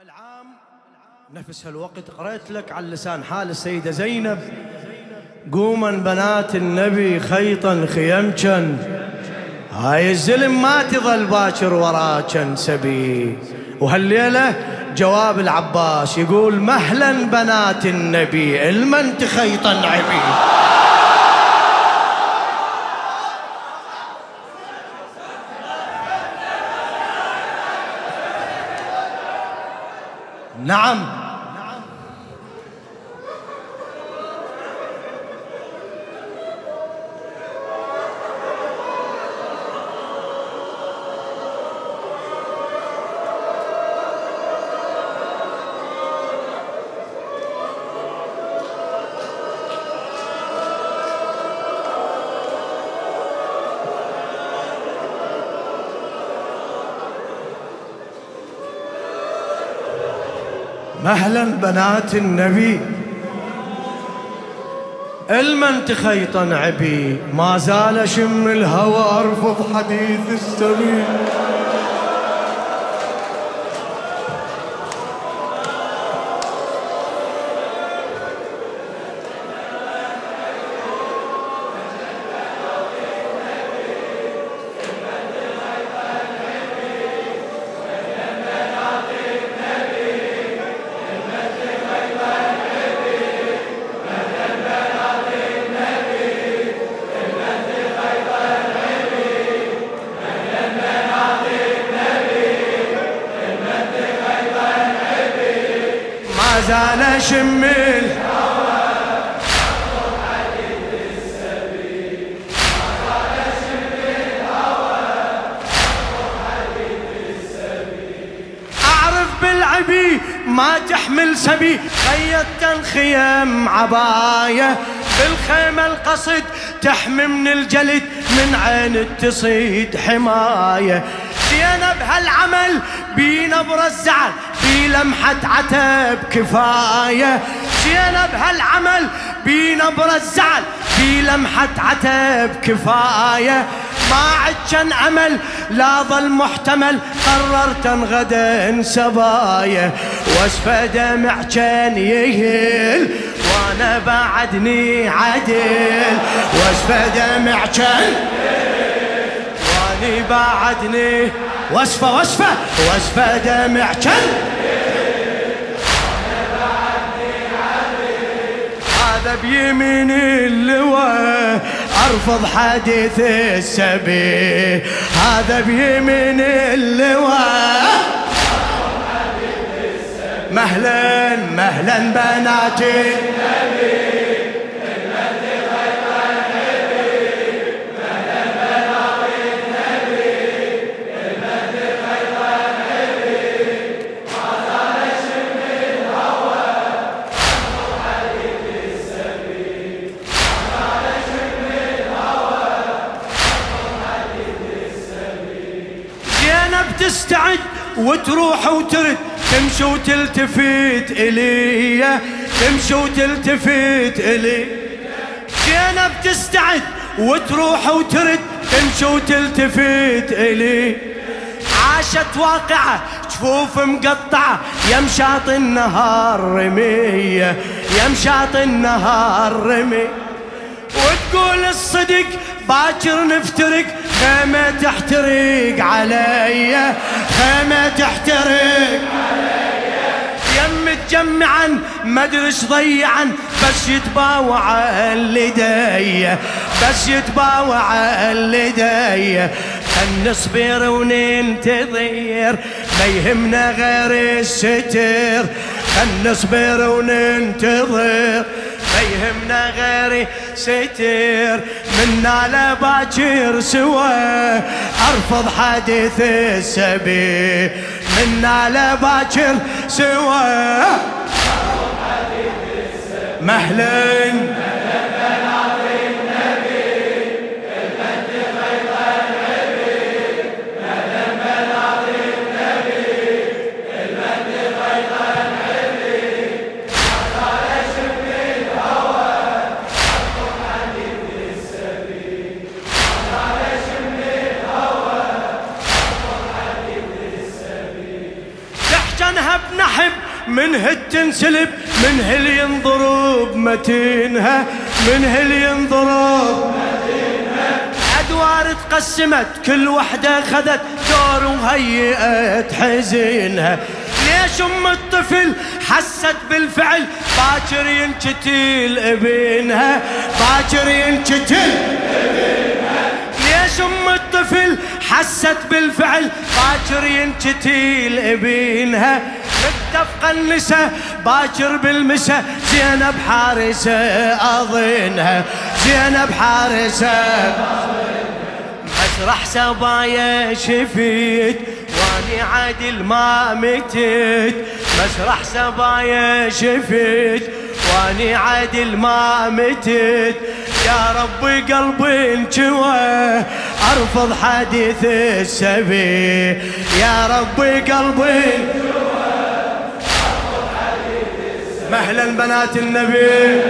العام نفس هالوقت قرأت لك على لسان حال السيدة زينب: قوما بنات النبي خيطا خيمشا، هاي الزلم ما تظل باكر وراكن سبي. وهالليلة جواب العباس يقول: مهلا بنات النبي المن خيطا عبي. نعم مهلا بنات النبي المن تخيطا عبي، ما زال اشم الهوى ارفض حديث السبي. ما زال اشم الهوى ارفض حديث السبي، ما زال اشم الهوى ارفض حديث السبي. اعرف بالعبي ما تحمل سبي، خيطت الخيم عباية بالخيمة القصد تحمي من الجلد، من عين تصيد حماية. زينب هالعمل بنبرة الزعل بلمحة عتب كفاية، زينب هالعمل بنبرة الزعل بلمحة عتب كفاية. ما عد كان أمل لا ظل محتمل، قررت غدا سبايا، واسفى دمع كان يهل وانا بعدني عدل، واسفى دمع كان واني بعدني واسفى دمع كان هذا بيمين اللواء ارفض حديث السبي، هذا بيمين اللواء ارفض حديث السبي. مهلا مهلا بنات النبي تستعد وتروح وترد، تمشي وتلتفت إلي، تمشي وتلتفت إلي. زينب تستعد وتروح وترد، تمشي وتلتفت إلي. عاشت واقعة جفوف مقطعة يا مشاط النهار رمية، يا مشاط النهار رمي. وتقول الصدق باكر نفترق، خيمة تحترق علي، خيمة تحترق علي. يم تجمعا ما ادري ايش ضيعا، بس يتباوع اللدي، بس يتباوع اللدي. خل نصبر وننتظر ما يهمنا غير الستر، خل نصبر وننتظر ما يهمنا غير ستر. منا لباكر سوا ارفض حديث السبي، منا لباكر سوا ارفض حديث السبي. مهلا جنها بنحب من هل تنسلب، من هل ينضرب متينها، من هل ينضرب متينها. أدوار تقسمت كل وحدة خذت دور وهيئت حزينها. ليش أم الطفل حست بالفعل باكر ينقتل ابنها، باكر ينقتل ابنها. ليش أم الطفل حست بالفعل باكر ينقتل ابنها. متفقة النساء باكر بالمسا زينب حارسة أظنها، زينب حارسة. مسرح سبايا شفيت واني عادل ما متت، مسرح سبايا شفيت واني عادل ما متت. يا ربي قلبي انجوى ارفض حديث السبي، يا ربي قلبي انجوى ارفض حديث السبي. مهلا بنات النبي،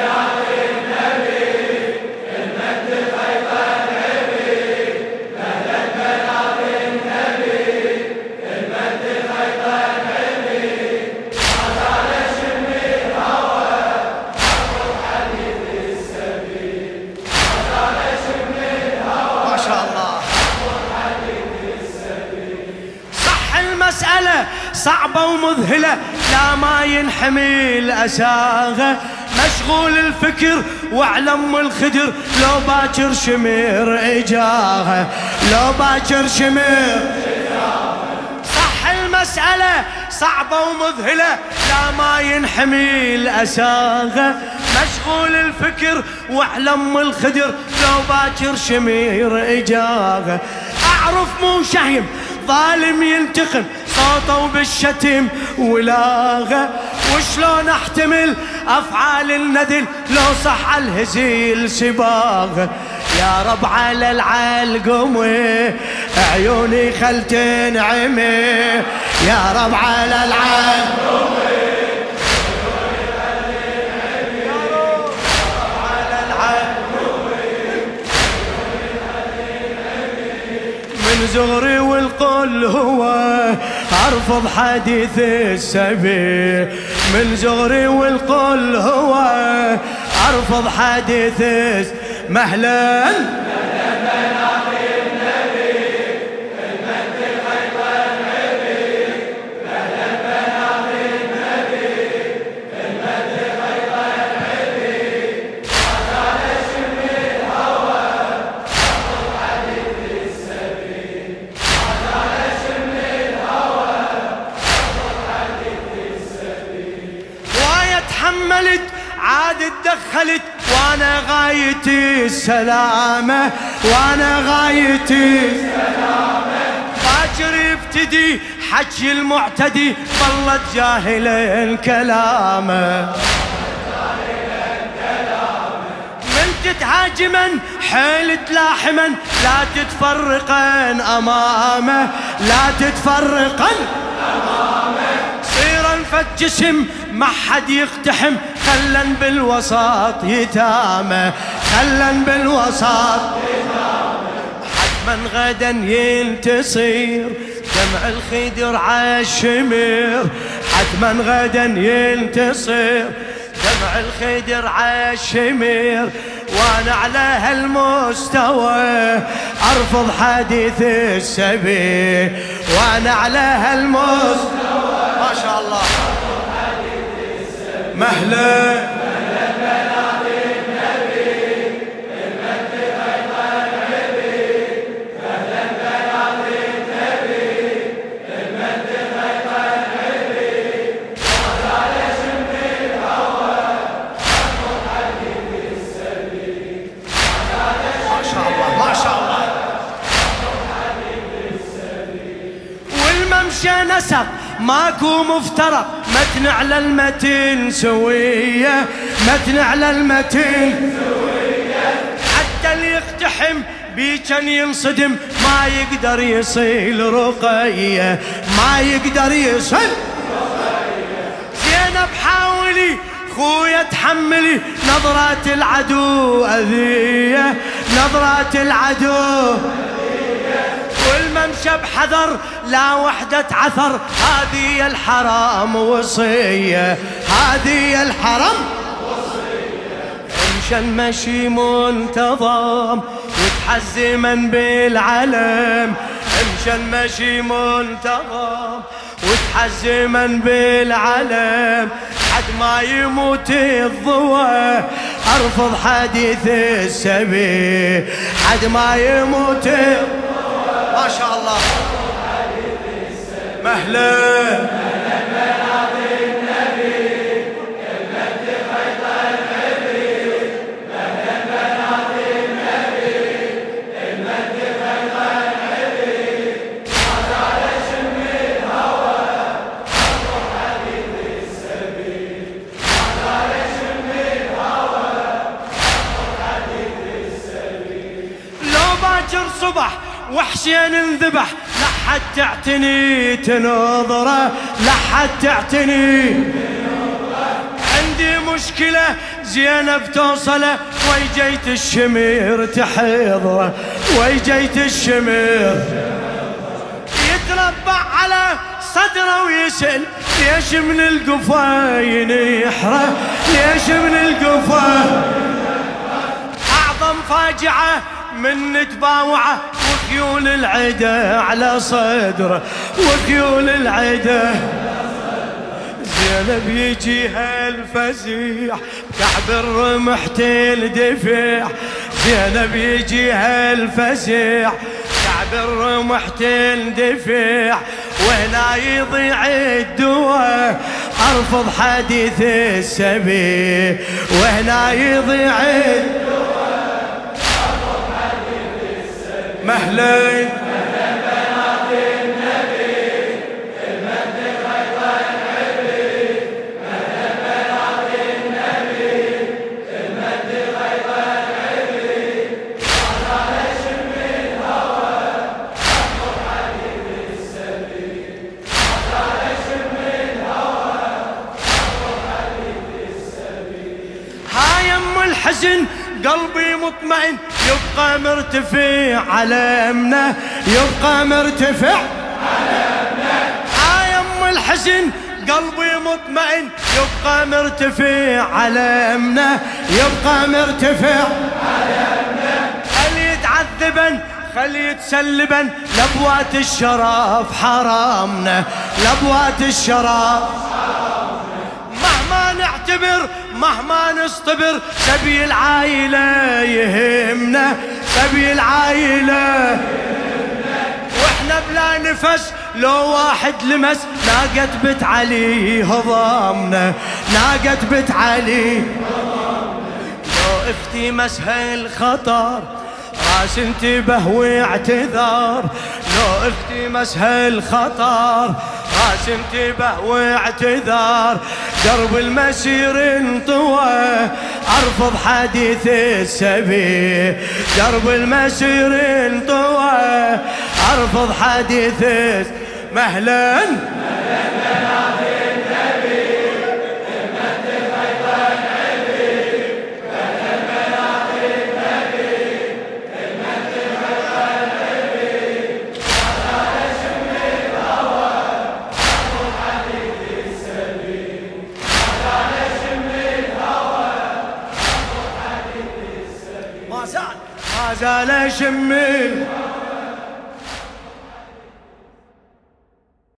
مسألة صعبة ومذهلة لا ما ينحمل أساغة. مشغول الفكر واعلم الخدر لو باكر شمير إجاها، لو باكر شمير. صح المسألة صعبة ومذهلة لا ما ينحمل أساغة. مشغول الفكر واعلم الخدر لو باكر شمير إجاها. أعرف مو شهم ظالم ينتقم صوته بالشتم ولاغه، وشلون احتمل افعال الندل لو صح الهزيل سباغه. يا رب على العلقمه عيوني خل تنعمي، يا رب على العلقمه من زغري والقول هو أرفض حديث السبي. من زغري والقول هو أرفض حديث. مهلا تحملت عاد اتدخلت وانا غايتي السلامة، وانا غايتي السلامة. باكر يبتدي حكي المعتدي ظلت جاهلا كلامه، من تتهاجما حيل تلاحما لا تتفرقن امامه، لا تتفرقن امامه. صيرا فالجسم ما حد يقتحم خلا بالوسط يتامى، خلا بالوسط يتامى. حتما غدا ينتصر دمع الخدر عالشمير، حتما غدا ينتصر دمع الخدر عالشمير. وانا على هالمستوى ارفض حديث السبي، وانا على هالمستوى ما شاء الله. مهلا بنات النبي المجد خيطان عبي، مهلا بنات النبي المجد خيطان عبي. وزال شم الهوى أرفض حديث السبي، ما شاء الله ما شاء الله. أرفض حديث السبي والممشى نسق ماكو مفترق، متن على المتن سوية، متن على المتن سوية. حتى اللي يقتحم بيكن ينصدم ما يقدر يصيل رقية، ما يقدر يصل رقية. زينب حاولي خويا تحملي نظرات العدو أذية، نظرات العدو أذية. والممشى بحذر لا وحدة عثر، هذه الحرام وصية، هذه الحرم وصية. امشى المشي منتظم وتحزما بالعلم، امشى المشي منتظم وتحزما بالعلم، حد ما يموت الضوى ارفض حديث السبي، حد ما يموت الضوى ما شاء الله مهلا صبح وحشين انذبح، لحد تعتني تنظره، لحد تعتني عندي مشكلة زينب توصله، ويجيت الشمير تحضره، ويجيت الشمير يتربع على صدره ويسأل ليش من القفا ينحره، ليش من القفا. أعظم فاجعة من نتباوعه وخيول العدا على صدره، وخيول العدا زينب يجيها الفزيع كعب الرمح تندفع، زينب يجيها الفزيع كعب الرمح تندفع، وهنا يضيع الدواء ارفض حديث السبي، وهنا يضيع الدواء مهلا مهلا بنات النبي المجد خير النبي، مهلا بنات النبي المجد خير النبي، وعلى شم الهوى اطلب حديث السبي، وعلى شم الهوى اطلب حديث السبي. ها يم الحزن قلبي مطمئن يبقى مرتفع على امنه، يبقى مرتفع على امنه. يم الحزن قلبي مطمئن يبقى مرتفع على امنه، يبقى مرتفع على امنه. خلي يتعذبا خلي يتسلبا لبوات الشرف حرامنا، لبوات الشرف مهما نعتبر مهما نصطبر، سبي العائلة يهمنا، سبي العائلة يهمنا. واحنا بلا نفس لو واحد لمس ناقة بت علي هضامنا، ناقة بت علي لو اختي مسها الخطر راس انتبه واعتذار، لو اختي مسها الخطر راس انتبه واعتذار، درب المسير انطوى ارفض حديث السبي، درب المسير انطوى ارفض حديث. مهلا ما زال شمي